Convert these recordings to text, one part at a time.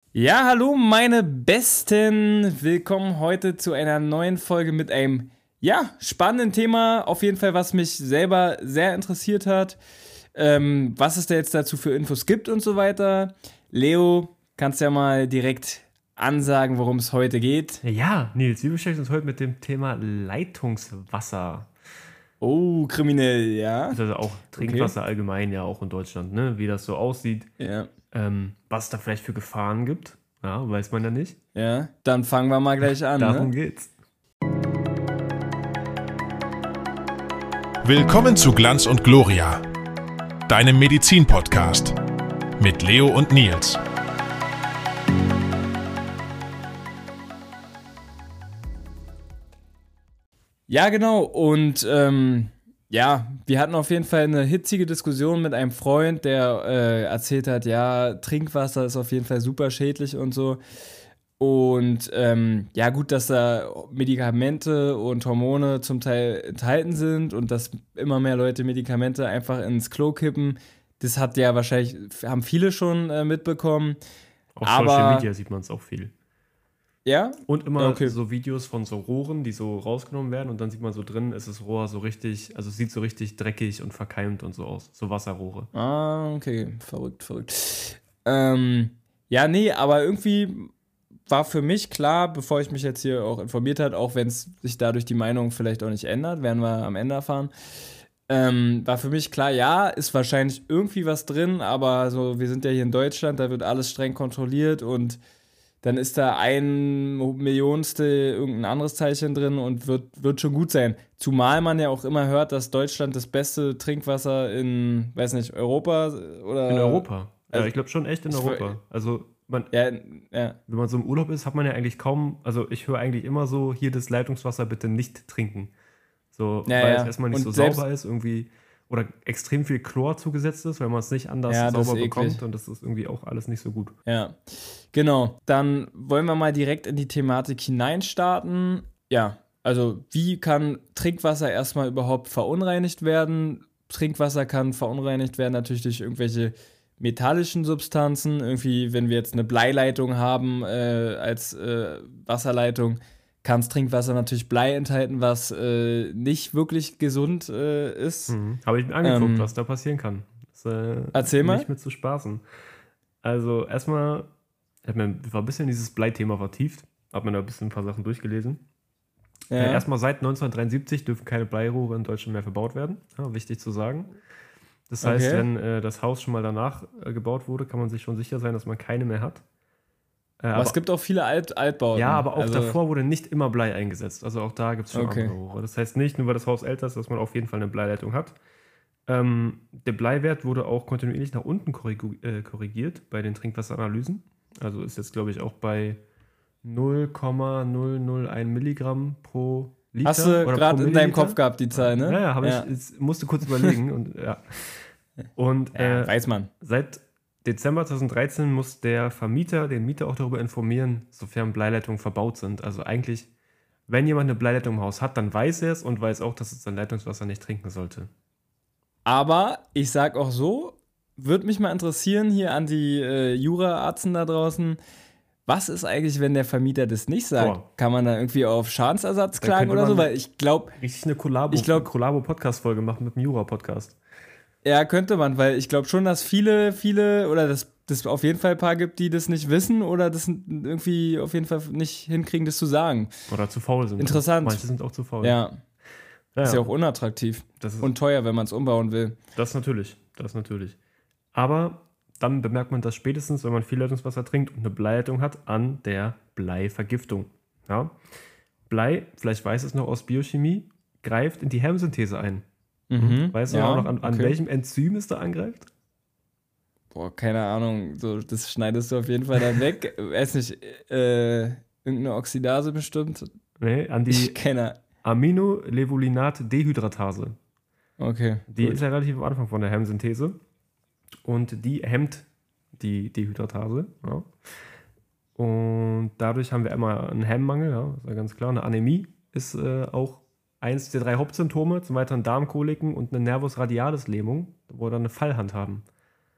Ja, hallo meine Besten. Willkommen heute zu einer neuen Folge mit einem, spannenden Thema. Auf jeden Fall, was mich selber sehr interessiert hat. Was es da jetzt dazu für Infos gibt und so weiter. Leo, kannst ja mal direkt ansagen, worum es heute geht. Ja, Nils, wir beschäftigen uns heute mit dem Thema Leitungswasser. Oh, kriminell, ja. Also auch Okay. Trinkwasser allgemein, ja auch in Deutschland, ne? Wie das so aussieht, Ja, was es da vielleicht für Gefahren gibt. Ja, weiß man ja nicht. ja. Dann fangen wir mal gleich an, ne? Darum geht's. Willkommen zu Glanz und Gloria, deinem Medizin-Podcast mit Leo und Nils. Ja, genau. Und wir hatten auf jeden Fall eine hitzige Diskussion mit einem Freund, der erzählt hat, ja, Trinkwasser ist auf jeden Fall super schädlich und so. Und ja, gut, dass da Medikamente und Hormone zum Teil enthalten sind und dass immer mehr Leute Medikamente einfach ins Klo kippen. Das hat ja wahrscheinlich, haben viele schon mitbekommen. Auf Social Aber Media sieht man es auch viel. ja, Und immer okay. so Videos von so Rohren, die so rausgenommen werden und dann sieht man so drin, ist das Rohr so richtig, also es sieht so richtig dreckig und verkeimt und so aus. So Wasserrohre. Ah, okay, verrückt, verrückt. Ja, nee, aber irgendwie war für mich klar, bevor ich mich jetzt hier auch informiert habe, auch wenn es sich dadurch die Meinung vielleicht auch nicht ändert, werden wir am Ende erfahren, war für mich klar, ja, ist wahrscheinlich irgendwie was drin, aber so, wir sind ja hier in Deutschland, da wird alles streng kontrolliert und dann ist da ein Millionstel irgendein anderes Teilchen drin und wird schon gut sein. Zumal man ja auch immer hört, dass Deutschland das beste Trinkwasser in, weiß nicht, Europa In oder. Europa. Ja, Also, ich glaube schon echt in ich, Europa. Also ja, ja. wenn man so im Urlaub ist, hat man ja eigentlich kaum, also ich höre eigentlich immer so, hier das Leitungswasser bitte nicht trinken. So, Ja, weil es ja. erstmal nicht so Und selbst, sauber ist, irgendwie, oder extrem viel Chlor zugesetzt ist, weil man es nicht anders ja, das ist sauber eklig. bekommt und das ist irgendwie auch alles nicht so gut. Ja. Genau. Dann wollen wir mal direkt in die Thematik hineinstarten. Ja, also wie kann Trinkwasser erstmal überhaupt verunreinigt werden? Trinkwasser kann verunreinigt werden natürlich durch irgendwelche metallischen Substanzen. Irgendwie, wenn wir jetzt eine Bleileitung haben als Wasserleitung, kann das Trinkwasser natürlich Blei enthalten, was nicht wirklich gesund ist. Habe ich mir angeguckt, was da passieren kann. Das Erzähl mal. nicht mit zu spaßen. Also erstmal, war ein bisschen in dieses Bleithema vertieft, habe mir da ein paar Sachen durchgelesen. Ja, Erstmal seit 1973 dürfen keine Bleirohre in Deutschland mehr verbaut werden. Ja, wichtig zu sagen. Das heißt, okay. wenn das Haus schon mal danach gebaut wurde, kann man sich schon sicher sein, dass man keine mehr hat. Aber es Aber gibt auch viele ja, Altbauten. aber auch Also, davor wurde nicht immer Blei eingesetzt. Also auch da gibt es schon okay. andere Rohre. Das heißt nicht, nur weil das Haus älter ist, dass man auf jeden Fall eine Bleileitung hat. Der Bleiwert wurde auch kontinuierlich nach unten korrigiert bei den Trinkwasseranalysen. Also ist jetzt, glaube ich, auch bei 0,001 Milligramm pro Hast Liter du oder pro gerade in deinem Kopf Milliliter. gehabt, die Zahl, ne? Naja, Ja. musste kurz überlegen. Und, ja. Und Ja, weiß man. seit Dezember 2013 muss der Vermieter den Mieter auch darüber informieren, sofern Bleileitungen verbaut sind. Also eigentlich, wenn jemand eine Bleileitung im Haus hat, dann weiß er es und weiß auch, dass es sein Leitungswasser nicht trinken sollte. Aber ich sag auch so, würde mich mal interessieren hier an die Jura-Arzten da draußen, was ist eigentlich, wenn der Vermieter das nicht sagt? Boah. Kann man da irgendwie auf Schadensersatz Da klagen könnte oder so? man Weil ich glaube, richtig eine ich glaube, Kollabo-Podcast-Folge machen mit dem Jura-Podcast. ja, könnte man, weil ich glaube schon, dass viele oder dass das auf jeden Fall ein paar gibt, die das nicht wissen oder das irgendwie auf jeden Fall nicht hinkriegen, das zu sagen. Oder zu faul sind. Interessant. Manche sind auch zu faul. Ja, ist ja Naja, auch unattraktiv das ist und teuer, wenn man es umbauen will. das natürlich. Das natürlich. Aber dann bemerkt man das spätestens, wenn man viel Leitungswasser trinkt und eine Bleileitung hat, an der Bleivergiftung. Ja? Blei, vielleicht weiß es noch aus Biochemie, greift in die Hermsynthese ein. Weißt du Ja, auch noch, an okay. welchem Enzym es da angreift? Boah, keine Ahnung. So, das schneidest du auf jeden Fall dann weg. Weiß nicht, irgendeine Oxidase bestimmt. Nee, an Ich die kenne. Aminolevulinat-Dehydratase. Okay, Die ist gut. ja relativ am Anfang von der Hermsynthese und die hemmt die Dehydratase. Ja. Und dadurch haben wir einmal einen Hemmmangel, ja, ist ja ganz klar. Eine Anämie ist auch eins der drei Hauptsymptome, zum weiteren Darmkoliken und eine Nervus radialis Lähmung, wo wir dann eine Fallhand haben.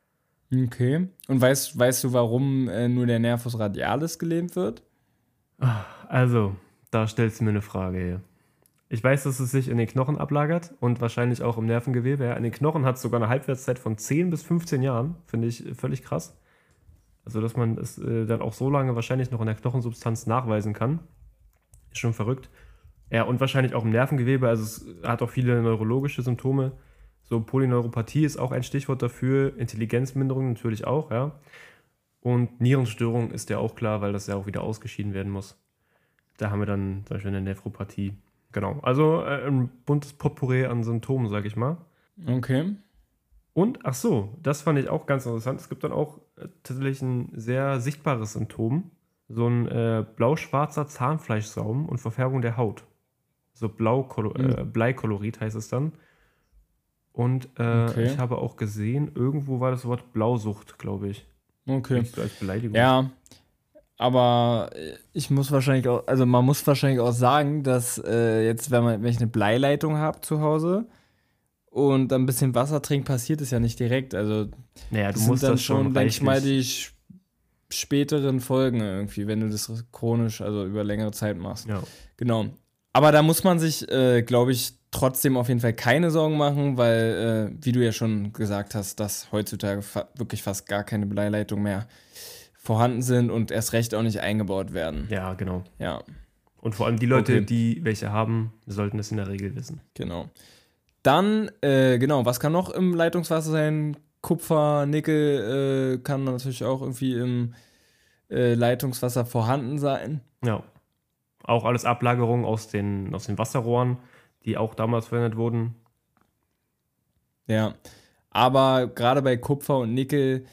Okay. Und weißt du, warum nur der Nervus radialis gelähmt wird? Also, da stellst du mir eine Frage hier. Ich weiß, dass es sich in den Knochen ablagert und wahrscheinlich auch im Nervengewebe. Ja. In den Knochen hat es sogar eine Halbwertszeit von 10 bis 15 Jahren. Finde ich völlig krass. Also, dass man es dann auch so lange wahrscheinlich noch in der Knochensubstanz nachweisen kann. Ist schon verrückt. Ja, und wahrscheinlich auch im Nervengewebe. Also, es hat auch viele neurologische Symptome. So, Polyneuropathie ist auch ein Stichwort dafür. Intelligenzminderung natürlich auch, ja. Und Nierenstörung ist ja auch klar, weil das ja auch wieder ausgeschieden werden muss. Da haben wir dann zum Beispiel eine Nephropathie. Genau, also ein buntes Potpourri an Symptomen, sag ich mal. Okay. Und, ach so, das fand ich auch ganz interessant. Es gibt dann auch tatsächlich ein sehr sichtbares Symptom. So ein blau-schwarzer Zahnfleischsaum und Verfärbung der Haut. So Bleikolorit heißt es dann. Und Okay. ich habe auch gesehen, irgendwo war das Wort Blausucht, glaube ich. Okay. Als Beleidigung. Ja, aber man muss wahrscheinlich auch sagen, dass jetzt, wenn ich eine Bleileitung habe zu Hause und dann ein bisschen Wasser trinke, passiert es ja nicht direkt. Also Naja, du das musst sind dann das schon denke ich mal, reichlich. die späteren Folgen irgendwie, wenn du das chronisch, also über längere Zeit machst. Ja. Genau. Aber da muss man sich, glaube ich, trotzdem auf jeden Fall keine Sorgen machen, weil, wie du ja schon gesagt hast, dass heutzutage wirklich fast gar keine Bleileitungen mehr vorhanden sind und erst recht auch nicht eingebaut werden. Ja, genau. Ja, Und vor allem die Leute, Okay. die welche haben, sollten das in der Regel wissen. genau. Dann, genau, was kann noch im Leitungswasser sein? Kupfer, Nickel kann natürlich auch irgendwie im Leitungswasser vorhanden sein. Ja. Auch alles Ablagerungen aus den Wasserrohren, die auch damals verwendet wurden. Ja, aber gerade bei Kupfer und Nickel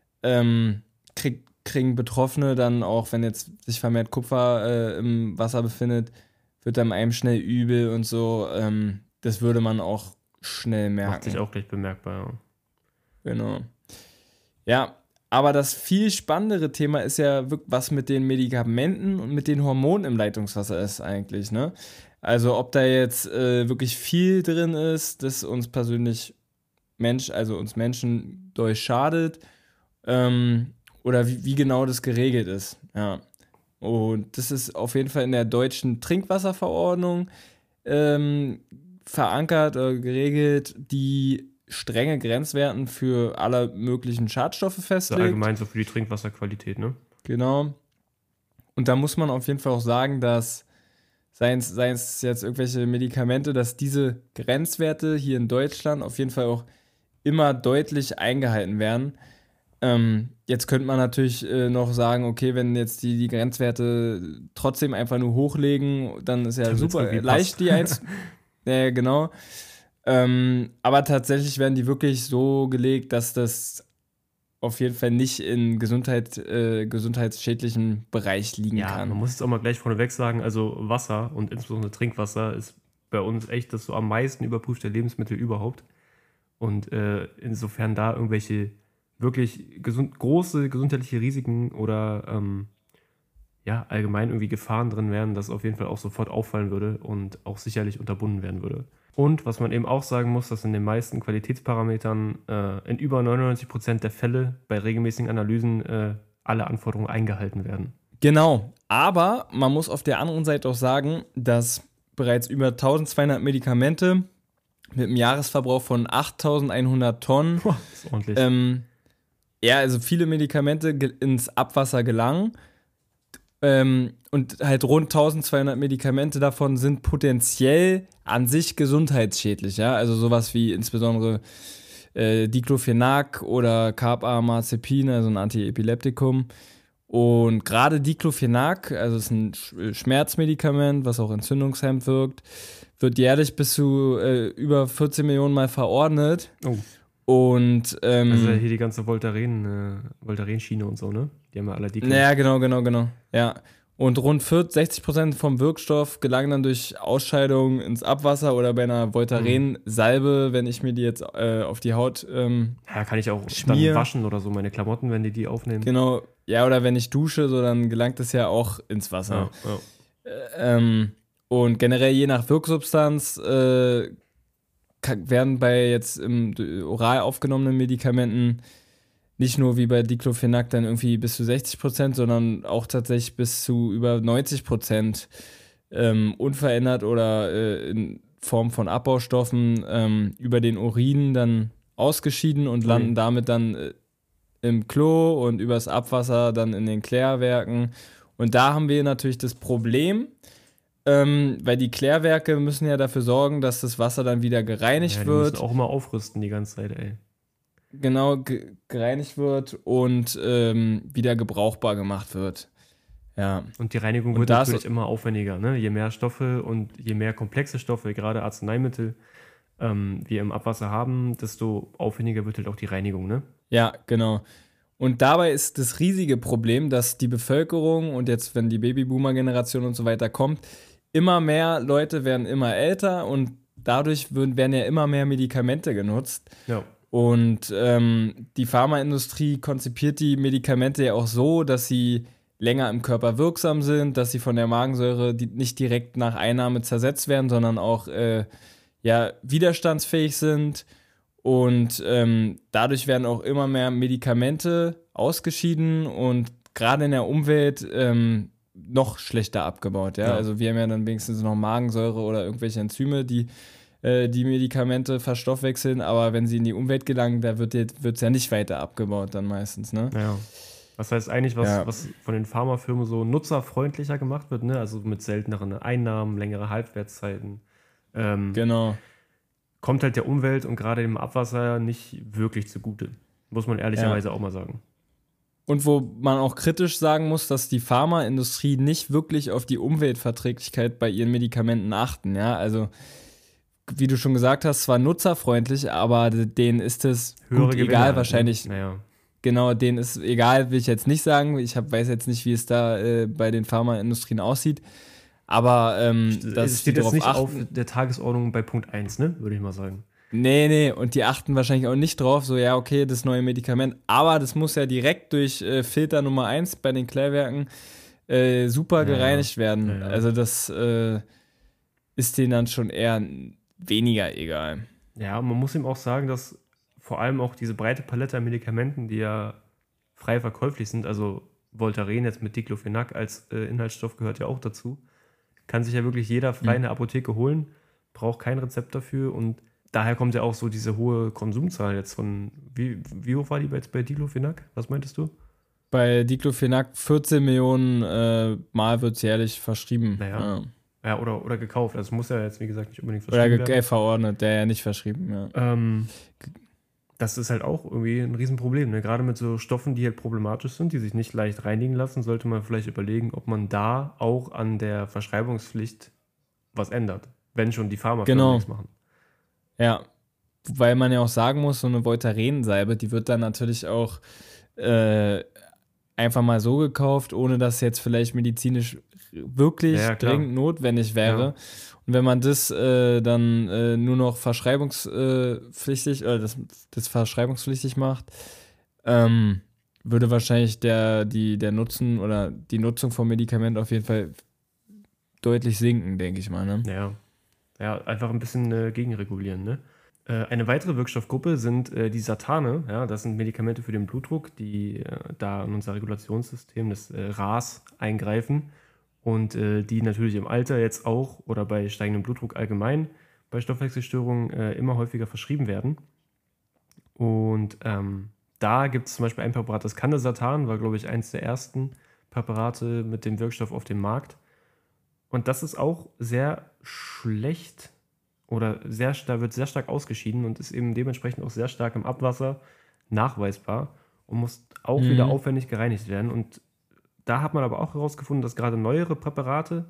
kriegen Betroffene dann auch, wenn jetzt sich vermehrt Kupfer im Wasser befindet, wird dann einem schnell übel und so. Das würde man auch schnell merken. Macht sich auch gleich bemerkbar, ja. Genau. Ja, aber das viel spannendere Thema ist ja, was mit den Medikamenten und mit den Hormonen im Leitungswasser ist eigentlich, ne? Also ob da jetzt wirklich viel drin ist, das uns persönlich uns Menschen doll schadet, oder wie genau das geregelt ist, ja. Und das ist auf jeden Fall in der deutschen Trinkwasserverordnung verankert oder geregelt, die strenge Grenzwerten für alle möglichen Schadstoffe Also festlegt. allgemein so für die Trinkwasserqualität, ne? Genau. Und da muss man auf jeden Fall auch sagen, dass seien es jetzt irgendwelche Medikamente, dass diese Grenzwerte hier in Deutschland auf jeden Fall auch immer deutlich eingehalten werden. Jetzt könnte man natürlich noch sagen, okay, wenn jetzt die Grenzwerte trotzdem einfach nur hochlegen, dann ist ja Damit's super irgendwie leicht passt. ja, genau. Aber tatsächlich werden die wirklich so gelegt, dass das auf jeden Fall nicht in gesundheitsschädlichen Bereich liegen Ja, kann. man muss es auch mal gleich vorneweg sagen, also Wasser und insbesondere Trinkwasser ist bei uns echt das so am meisten überprüfte Lebensmittel überhaupt. Und insofern da irgendwelche wirklich große gesundheitliche Risiken oder allgemein irgendwie Gefahren drin wären, das auf jeden Fall auch sofort auffallen würde und auch sicherlich unterbunden werden würde. Und was man eben auch sagen muss, dass in den meisten Qualitätsparametern in über 99% der Fälle bei regelmäßigen Analysen alle Anforderungen eingehalten werden. Genau, aber man muss auf der anderen Seite auch sagen, dass bereits über 1200 Medikamente mit einem Jahresverbrauch von 8100 Tonnen, Puh, das ist ordentlich. also viele Medikamente ins Abwasser gelangen. Und halt rund 1200 Medikamente davon sind potenziell an sich gesundheitsschädlich, ja. Also sowas wie insbesondere Diclofenac oder Carbamazepin, also ein Antiepileptikum. Und gerade Diclofenac, also es ist ein Schmerzmedikament, was auch entzündungshemmend wirkt, wird jährlich bis zu über 14 Millionen Mal verordnet. Oh. Und Also hier die ganze Voltaren-Schiene und so, ne? Die haben ja alle die. ja, genau. Ja. Und rund 60% vom Wirkstoff gelangen dann durch Ausscheidung ins Abwasser oder bei einer Voltaren-Salbe, wenn ich mir die jetzt auf die Haut Ja, kann ich auch schmier. dann waschen oder so, meine Klamotten, wenn die aufnehmen. genau, ja, oder wenn ich dusche, so dann gelangt es ja auch ins Wasser. Ja. Und generell je nach Wirksubstanz werden bei jetzt im oral aufgenommenen Medikamenten nicht nur wie bei Diclofenac dann irgendwie bis zu 60%, sondern auch tatsächlich bis zu über 90% unverändert oder in Form von Abbaustoffen über den Urin dann ausgeschieden und landen damit dann im Klo und übers Abwasser dann in den Klärwerken. Und da haben wir natürlich das Problem, weil die Klärwerke müssen ja dafür sorgen, dass das Wasser dann wieder gereinigt die wird. müssen auch immer aufrüsten die ganze Zeit, ey. Genau, gereinigt wird und wieder gebrauchbar gemacht wird. Ja. Und die Reinigung wird natürlich immer aufwendiger, ne? Je mehr Stoffe und je mehr komplexe Stoffe, gerade Arzneimittel, wir im Abwasser haben, desto aufwendiger wird halt auch die Reinigung, ne? Ja, genau. Und dabei ist das riesige Problem, dass die Bevölkerung und jetzt, wenn die Babyboomer-Generation und so weiter kommt, immer mehr Leute werden immer älter und dadurch werden ja immer mehr Medikamente genutzt. Ja. Und die Pharmaindustrie konzipiert die Medikamente ja auch so, dass sie länger im Körper wirksam sind, dass sie von der Magensäure nicht direkt nach Einnahme zersetzt werden, sondern auch widerstandsfähig sind. Und dadurch werden auch immer mehr Medikamente ausgeschieden und gerade in der Umwelt noch schlechter abgebaut. Ja? Also wir haben ja dann wenigstens noch Magensäure oder irgendwelche Enzyme, die Medikamente verstoffwechseln, aber wenn sie in die Umwelt gelangen, da wird es ja nicht weiter abgebaut dann meistens, ne? Ja. Was heißt eigentlich, was von den Pharmafirmen so nutzerfreundlicher gemacht wird, ne? Also mit selteneren Einnahmen, längere Halbwertszeiten. Genau. Kommt halt der Umwelt und gerade dem Abwasser nicht wirklich zugute. Muss man ehrlicherweise auch mal sagen. Und wo man auch kritisch sagen muss, dass die Pharmaindustrie nicht wirklich auf die Umweltverträglichkeit bei ihren Medikamenten achten, ja, also wie du schon gesagt hast, zwar nutzerfreundlich, aber denen ist es gut egal halt, wahrscheinlich. Naja. Genau, denen ist egal, will ich jetzt nicht sagen. Ich weiß jetzt nicht, wie es da bei den Pharmaindustrien aussieht. Aber das steht jetzt nicht auf der Tagesordnung bei Punkt 1, ne? Würde ich mal sagen. Nee, und die achten wahrscheinlich auch nicht drauf, so ja, okay, das neue Medikament, aber das muss ja direkt durch Filter Nummer 1 bei den Klärwerken super gereinigt werden. Ja. Also das ist denen dann schon eher weniger egal. Ja, man muss ihm auch sagen, dass vor allem auch diese breite Palette an Medikamenten, die ja frei verkäuflich sind, also Voltaren jetzt mit Diclofenac als Inhaltsstoff gehört ja auch dazu, kann sich ja wirklich jeder frei in der Apotheke holen, braucht kein Rezept dafür und daher kommt ja auch so diese hohe Konsumzahl jetzt von, wie hoch war die jetzt bei Diclofenac? Was meintest du? Bei Diclofenac 14 Millionen Mal wird es jährlich verschrieben. Naja. Ja, oder gekauft. Also es muss ja jetzt, wie gesagt, nicht unbedingt verschrieben werden. Oder verordnet, der ja nicht verschrieben, ja. Das ist halt auch irgendwie ein Riesenproblem. Ne? Gerade mit so Stoffen, die halt problematisch sind, die sich nicht leicht reinigen lassen, sollte man vielleicht überlegen, ob man da auch an der Verschreibungspflicht was ändert. Wenn schon die Pharmafirmen nichts machen. Ja, weil man ja auch sagen muss, so eine Voltaren-Salbe, die wird dann natürlich auch einfach mal so gekauft, ohne dass jetzt vielleicht medizinisch wirklich dringend notwendig wäre. Ja. Und wenn man das dann nur noch verschreibungspflichtig oder das verschreibungspflichtig macht, würde wahrscheinlich der Nutzen oder die Nutzung von Medikamenten auf jeden Fall deutlich sinken, denke ich mal. Ne? Ja, einfach ein bisschen gegenregulieren, ne? Eine weitere Wirkstoffgruppe sind die Satane. Ja, das sind Medikamente für den Blutdruck, die da in unser Regulationssystem, das RAS, eingreifen und die natürlich im Alter jetzt auch oder bei steigendem Blutdruck allgemein bei Stoffwechselstörungen immer häufiger verschrieben werden. Und da gibt es zum Beispiel ein Präparat, das Candesartan, war, glaube ich, eines der ersten Präparate mit dem Wirkstoff auf dem Markt. Und das ist auch sehr schlecht oder da wird sehr stark ausgeschieden und ist eben dementsprechend auch sehr stark im Abwasser nachweisbar und muss auch wieder aufwendig gereinigt werden. Und da hat man aber auch herausgefunden, dass gerade neuere Präparate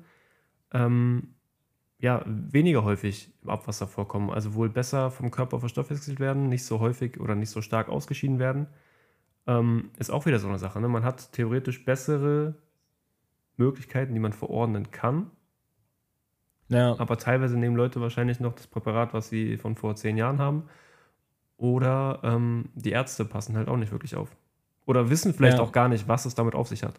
weniger häufig im Abwasser vorkommen, also wohl besser vom Körper verstoffwechselt werden, nicht so häufig oder nicht so stark ausgeschieden werden. Ist auch wieder so eine Sache. Ne? Man hat theoretisch bessere Möglichkeiten, die man verordnen kann. Ja. Aber teilweise nehmen Leute wahrscheinlich noch das Präparat, was sie von vor 10 Jahren haben. Oder die Ärzte passen halt auch nicht wirklich auf. Oder wissen vielleicht auch gar nicht, was es damit auf sich hat.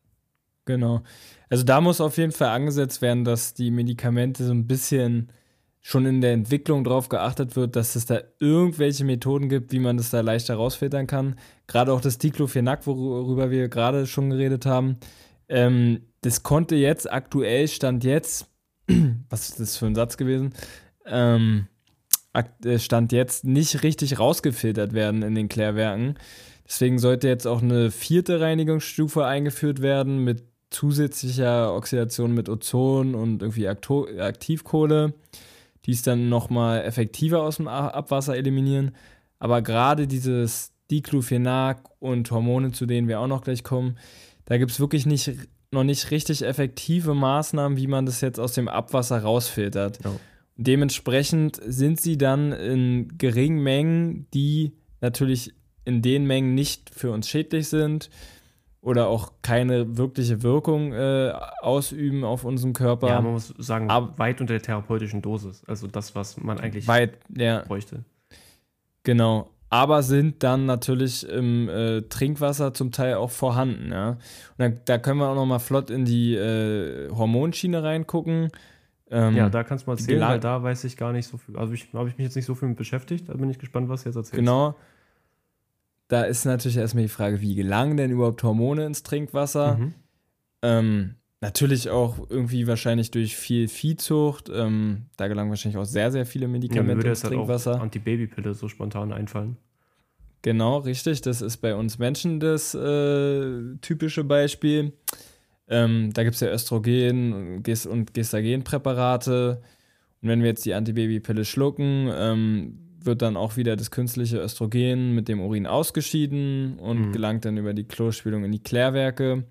Genau. Also da muss auf jeden Fall angesetzt werden, dass die Medikamente so ein bisschen schon in der Entwicklung darauf geachtet wird, dass es da irgendwelche Methoden gibt, wie man das da leichter rausfiltern kann. Gerade auch das Diclofenac, worüber wir gerade schon geredet haben, das konnte jetzt aktuell, Stand jetzt, was ist das für ein Satz gewesen, Stand jetzt nicht richtig rausgefiltert werden in den Klärwerken. Deswegen sollte jetzt auch eine 4. Reinigungsstufe eingeführt werden mit zusätzlicher Oxidation mit Ozon und irgendwie Aktivkohle, die es dann nochmal effektiver aus dem Abwasser eliminieren. Aber gerade dieses Diclofenac und Hormone, zu denen wir auch noch gleich kommen, da gibt es wirklich noch nicht richtig effektive Maßnahmen, wie man das jetzt aus dem Abwasser rausfiltert. Ja. Dementsprechend sind sie dann in geringen Mengen, die natürlich in den Mengen nicht für uns schädlich sind oder auch keine wirkliche Wirkung ausüben auf unseren Körper. Ja, man muss sagen, weit unter der therapeutischen Dosis. Also das, was man eigentlich bräuchte. Genau. Aber sind dann natürlich im Trinkwasser zum Teil auch vorhanden. Ja? Und da können wir auch noch mal flott in die Hormonschiene reingucken. Ja, da kannst du mal erzählen, weil da weiß ich gar nicht so viel. Also habe ich mich jetzt nicht so viel mit beschäftigt. Da bin ich gespannt, was du jetzt erzählst. Genau. Da ist natürlich erstmal die Frage, wie gelangen denn überhaupt Hormone ins Trinkwasser? Natürlich auch irgendwie wahrscheinlich durch viel Viehzucht. Da gelangen wahrscheinlich auch sehr, sehr viele Medikamente ins Trinkwasser. Auch Antibabypille so spontan einfallen. Genau, richtig. Das ist bei uns Menschen das typische Beispiel. Da gibt es ja Östrogen und Gestagenpräparate. Und wenn wir jetzt die Antibabypille schlucken, wird dann auch wieder das künstliche Östrogen mit dem Urin ausgeschieden und gelangt dann über die Klospülung in die Klärwerke.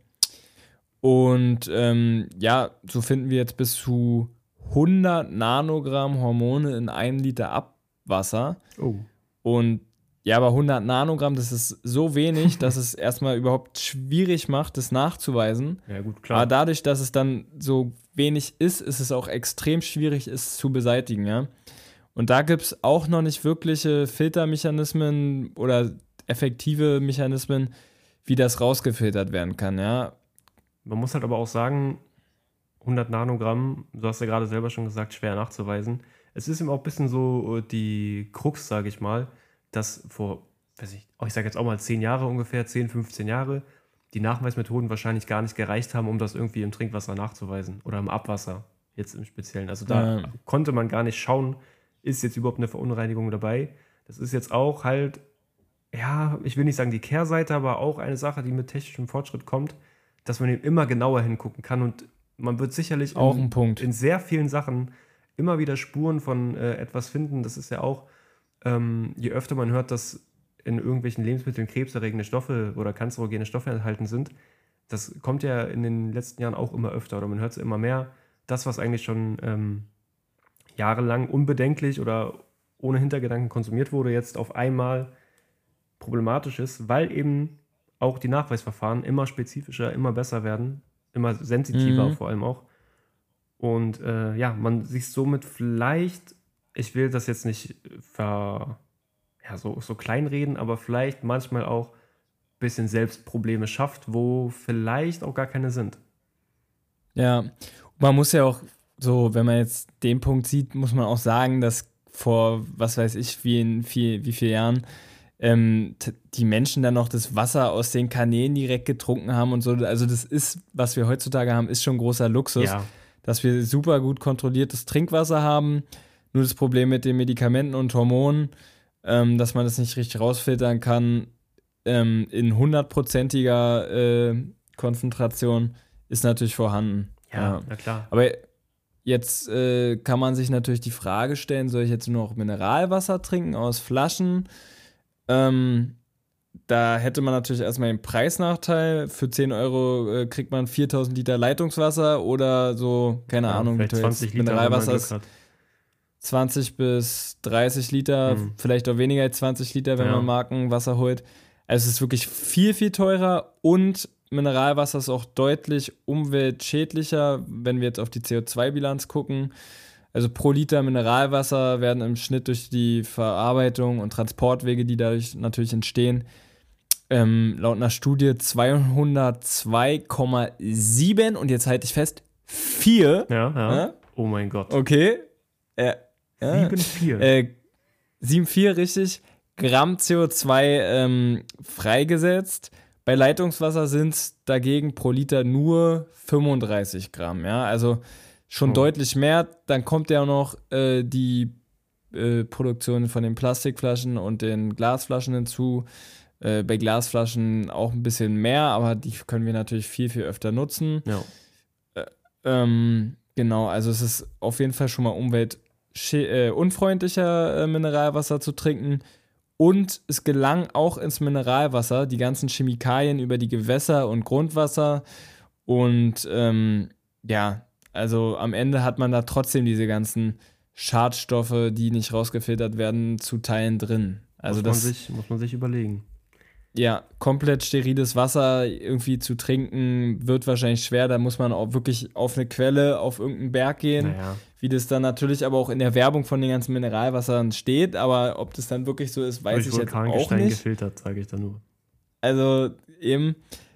Und so finden wir jetzt bis zu 100 Nanogramm Hormone in 1 Liter Abwasser. Oh. Und ja, aber 100 Nanogramm, das ist so wenig, dass es erstmal überhaupt schwierig macht, das nachzuweisen. Ja, gut, klar. Aber dadurch, dass es dann so wenig ist es auch extrem schwierig, es zu beseitigen, ja. Und da gibt es auch noch nicht wirkliche Filtermechanismen oder effektive Mechanismen, wie das rausgefiltert werden kann, ja. Man muss halt aber auch sagen, 100 Nanogramm, du hast ja gerade selber schon gesagt, schwer nachzuweisen. Es ist eben auch ein bisschen so die Krux, sage ich mal, dass ich sage jetzt auch mal 10 Jahre ungefähr, 10, 15 Jahre, die Nachweismethoden wahrscheinlich gar nicht gereicht haben, um das irgendwie im Trinkwasser nachzuweisen oder im Abwasser jetzt im Speziellen. Also da konnte man gar nicht schauen, ist jetzt überhaupt eine Verunreinigung dabei. Das ist jetzt auch halt, ja, ich will nicht sagen die Kehrseite, aber auch eine Sache, die mit technischem Fortschritt kommt, dass man eben immer genauer hingucken kann und man wird sicherlich auch ein Punkt in sehr vielen Sachen immer wieder Spuren von etwas finden. Das ist ja auch, je öfter man hört, dass in irgendwelchen Lebensmitteln krebserregende Stoffe oder kanzerogene Stoffe enthalten sind, das kommt ja in den letzten Jahren auch immer öfter oder man hört es immer mehr. Das, was eigentlich schon jahrelang unbedenklich oder ohne Hintergedanken konsumiert wurde, jetzt auf einmal problematisch ist, weil eben auch die Nachweisverfahren immer spezifischer, immer besser werden, immer sensitiver vor allem auch. Und man sich somit vielleicht, ich will das jetzt nicht so kleinreden, aber vielleicht manchmal auch ein bisschen selbst Probleme schafft, wo vielleicht auch gar keine sind. Ja, man muss ja auch so, wenn man jetzt den Punkt sieht, muss man auch sagen, dass vor, was weiß ich, wie vielen Jahren die Menschen dann noch das Wasser aus den Kanälen direkt getrunken haben und so. Also das ist, was wir heutzutage haben, ist schon großer Luxus, dass wir super gut kontrolliertes Trinkwasser haben. Nur das Problem mit den Medikamenten und Hormonen, dass man das nicht richtig rausfiltern kann, in 100%iger Konzentration ist natürlich vorhanden. Ja, na klar. Aber jetzt kann man sich natürlich die Frage stellen, soll ich jetzt nur noch Mineralwasser trinken aus Flaschen? Da hätte man natürlich erstmal den Preisnachteil. Für 10 Euro kriegt man 4000 Liter Leitungswasser oder so, keine Ahnung, wie teuer 20 Liter Mineralwasser ist. 20 bis 30 Liter, vielleicht auch weniger als 20 Liter, wenn man Markenwasser holt. Also es ist wirklich viel, viel teurer und Mineralwasser ist auch deutlich umweltschädlicher, wenn wir jetzt auf die CO2-Bilanz gucken. Also pro Liter Mineralwasser werden im Schnitt durch die Verarbeitung und Transportwege, die dadurch natürlich entstehen, laut einer Studie 202,7 und jetzt halte ich fest, 4. Ja. Oh mein Gott. Okay. Ja. 7,4. 7,4, richtig. Gramm CO2 freigesetzt. Bei Leitungswasser sind es dagegen pro Liter nur 35 Gramm. Ja, also schon deutlich mehr. Dann kommt ja noch die Produktion von den Plastikflaschen und den Glasflaschen hinzu. Bei Glasflaschen auch ein bisschen mehr, aber die können wir natürlich viel, viel öfter nutzen. Ja. Genau, also es ist auf jeden Fall schon mal unfreundlicher Mineralwasser zu trinken. Und es gelangen auch ins Mineralwasser die ganzen Chemikalien über die Gewässer und Grundwasser. Und ja, also am Ende hat man da trotzdem diese ganzen Schadstoffe, die nicht rausgefiltert werden, zu Teilen drin. Also muss man sich überlegen. Ja, komplett steriles Wasser irgendwie zu trinken, wird wahrscheinlich schwer. Da muss man auch wirklich auf eine Quelle, auf irgendeinen Berg gehen. Naja. Wie das dann natürlich aber auch in der Werbung von den ganzen Mineralwassern steht. Aber ob das dann wirklich so ist, weiß ich jetzt auch nicht. Gefiltert, sage ich da nur. Also eben,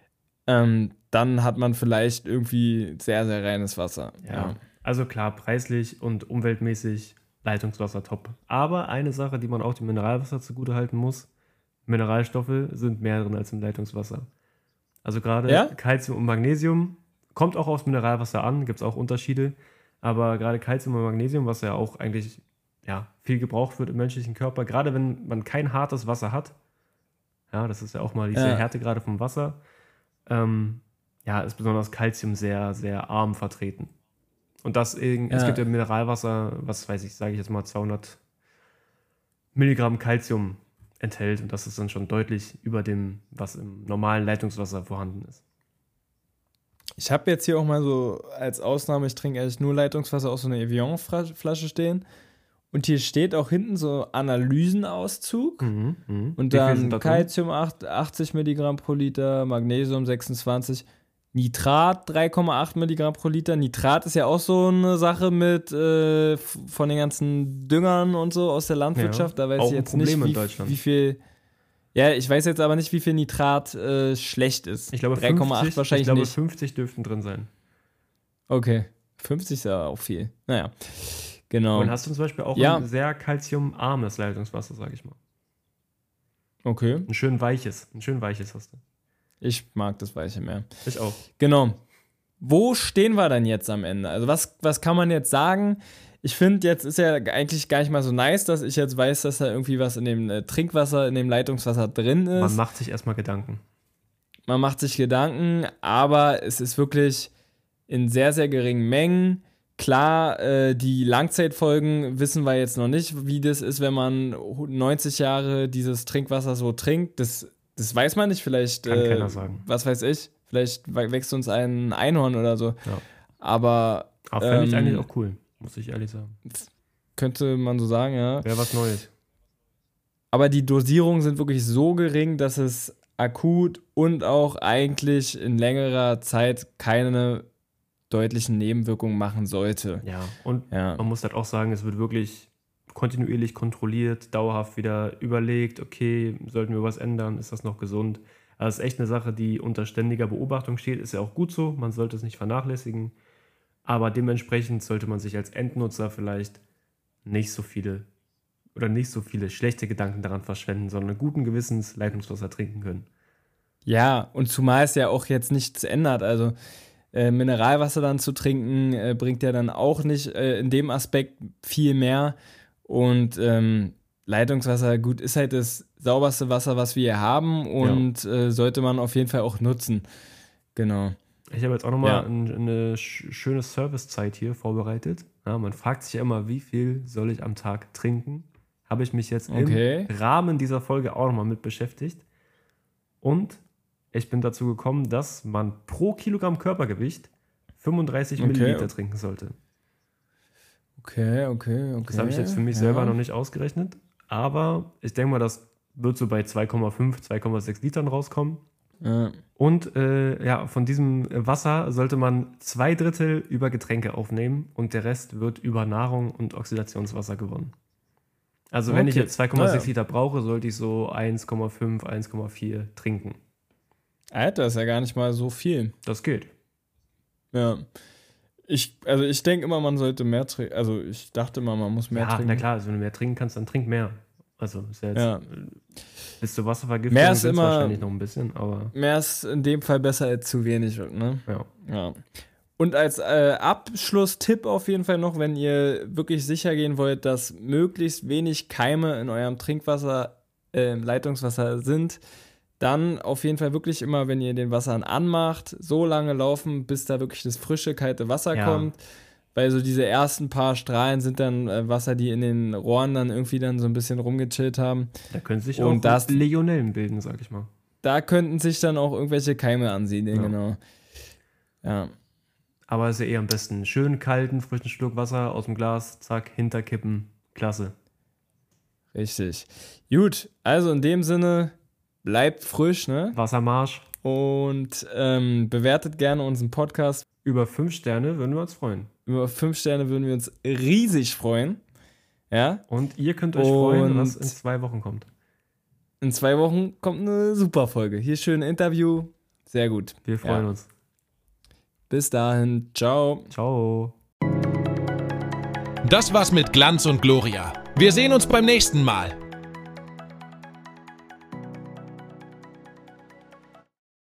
dann hat man vielleicht irgendwie sehr, sehr reines Wasser. Ja. Also klar, preislich und umweltmäßig Leitungswasser top. Aber eine Sache, die man auch dem Mineralwasser zugutehalten muss: Mineralstoffe sind mehr drin als im Leitungswasser. Also gerade Calcium und Magnesium kommt auch aufs Mineralwasser an, gibt es auch Unterschiede. Aber gerade Calcium und Magnesium, was ja auch eigentlich viel gebraucht wird im menschlichen Körper, gerade wenn man kein hartes Wasser hat, ja, das ist ja auch mal diese Härte gerade vom Wasser, ist besonders Calcium sehr, sehr arm vertreten. Und es gibt ja Mineralwasser, was weiß ich, sage ich jetzt mal 200 Milligramm Calcium enthält, und das ist dann schon deutlich über dem, was im normalen Leitungswasser vorhanden ist. Ich habe jetzt hier auch mal so als Ausnahme, ich trinke eigentlich nur Leitungswasser aus so einer Evian-Flasche stehen. Und hier steht auch hinten so Analysenauszug. Und dann Calcium 80 Milligramm pro Liter, Magnesium 26, Nitrat 3,8 Milligramm pro Liter. Nitrat ist ja auch so eine Sache mit von den ganzen Düngern und so aus der Landwirtschaft. Da weiß ich jetzt nicht, wie viel. Ja, ich weiß jetzt aber nicht, wie viel Nitrat schlecht ist. Ich glaube 3,8 wahrscheinlich nicht. nicht. 50 dürften drin sein. Okay, 50 ist ja auch viel. Naja, genau. Und hast du zum Beispiel auch ein sehr kalziumarmes Leitungswasser, sage ich mal. Okay. Ein schön weiches hast du. Ich mag das Weiche mehr. Ich auch. Genau. Wo stehen wir dann jetzt am Ende? Also was kann man jetzt sagen? Ich finde, jetzt ist ja eigentlich gar nicht mal so nice, dass ich jetzt weiß, dass da irgendwie was in dem Trinkwasser, in dem Leitungswasser drin ist. Man macht sich erstmal Gedanken. Aber es ist wirklich in sehr, sehr geringen Mengen. Klar, die Langzeitfolgen wissen wir jetzt noch nicht, wie das ist, wenn man 90 Jahre dieses Trinkwasser so trinkt. Das weiß man nicht, vielleicht. Kann keiner sagen. Was weiß ich. Vielleicht wächst uns ein Einhorn oder so. Ja. Aber fände ich eigentlich auch cool, muss ich ehrlich sagen. Könnte man so sagen, ja. Wäre was Neues. Aber die Dosierungen sind wirklich so gering, dass es akut und auch eigentlich in längerer Zeit keine deutlichen Nebenwirkungen machen sollte. Ja, und man muss halt auch sagen, es wird wirklich kontinuierlich kontrolliert, dauerhaft wieder überlegt, okay, sollten wir was ändern, ist das noch gesund? Also es ist echt eine Sache, die unter ständiger Beobachtung steht, ist ja auch gut so, man sollte es nicht vernachlässigen, aber dementsprechend sollte man sich als Endnutzer vielleicht nicht so viele schlechte Gedanken daran verschwenden, sondern guten Gewissens Leitungswasser trinken können. Ja, und zumal es ja auch jetzt nichts ändert, also Mineralwasser dann zu trinken, bringt ja dann auch nicht in dem Aspekt viel mehr. Und Leitungswasser, gut, ist halt das sauberste Wasser, was wir hier haben und sollte man auf jeden Fall auch nutzen. Genau. Ich habe jetzt auch nochmal eine schöne Servicezeit hier vorbereitet. Ja, man fragt sich ja immer, wie viel soll ich am Tag trinken? Habe ich mich jetzt im Rahmen dieser Folge auch nochmal mit beschäftigt. Und ich bin dazu gekommen, dass man pro Kilogramm Körpergewicht 35 Milliliter trinken sollte. Okay. Das habe ich jetzt für mich selber noch nicht ausgerechnet. Aber ich denke mal, das wird so bei 2,5, 2,6 Litern rauskommen. Ja. Und von diesem Wasser sollte man 2/3 über Getränke aufnehmen und der Rest wird über Nahrung und Oxidationswasser gewonnen. Also wenn ich jetzt 2,6 Liter brauche, sollte ich so 1,5, 1,4 trinken. Alter, ist ja gar nicht mal so viel. Das geht. Ja. Ich denke immer, man sollte mehr trinken. Also ich dachte immer, man muss mehr trinken. Ja, na klar, also wenn du mehr trinken kannst, dann trink mehr. Also ist ja jetzt, bis zur Wasservergiftung mehr ist immer, wahrscheinlich noch ein bisschen, aber mehr ist in dem Fall besser als zu wenig, ne? Ja. Und als Abschlusstipp auf jeden Fall noch, wenn ihr wirklich sicher gehen wollt, dass möglichst wenig Keime in eurem Trinkwasser, Leitungswasser sind, dann auf jeden Fall wirklich immer, wenn ihr den Wasserhahn anmacht, so lange laufen, bis da wirklich das frische, kalte Wasser kommt. Weil so diese ersten paar Strahlen sind dann Wasser, die in den Rohren dann irgendwie dann so ein bisschen rumgechillt haben. Da können sich auch Legionellen bilden, sag ich mal. Da könnten sich dann auch irgendwelche Keime ansiedeln, genau. Ja. Aber es ist ja eher am besten einen schönen, kalten, frischen Schluck Wasser aus dem Glas, zack, hinterkippen, klasse. Richtig. Gut, also in dem Sinne, bleibt frisch, ne? Wassermarsch. Und bewertet gerne unseren Podcast. Über 5 Sterne würden wir uns freuen. Über 5 Sterne würden wir uns riesig freuen. Ja. Und ihr könnt euch freuen, was in 2 Wochen kommt. In 2 Wochen kommt eine super Folge. Hier schön ein Interview. Sehr gut. Wir freuen uns. Bis dahin. Ciao. Ciao. Das war's mit Glanz und Gloria. Wir sehen uns beim nächsten Mal.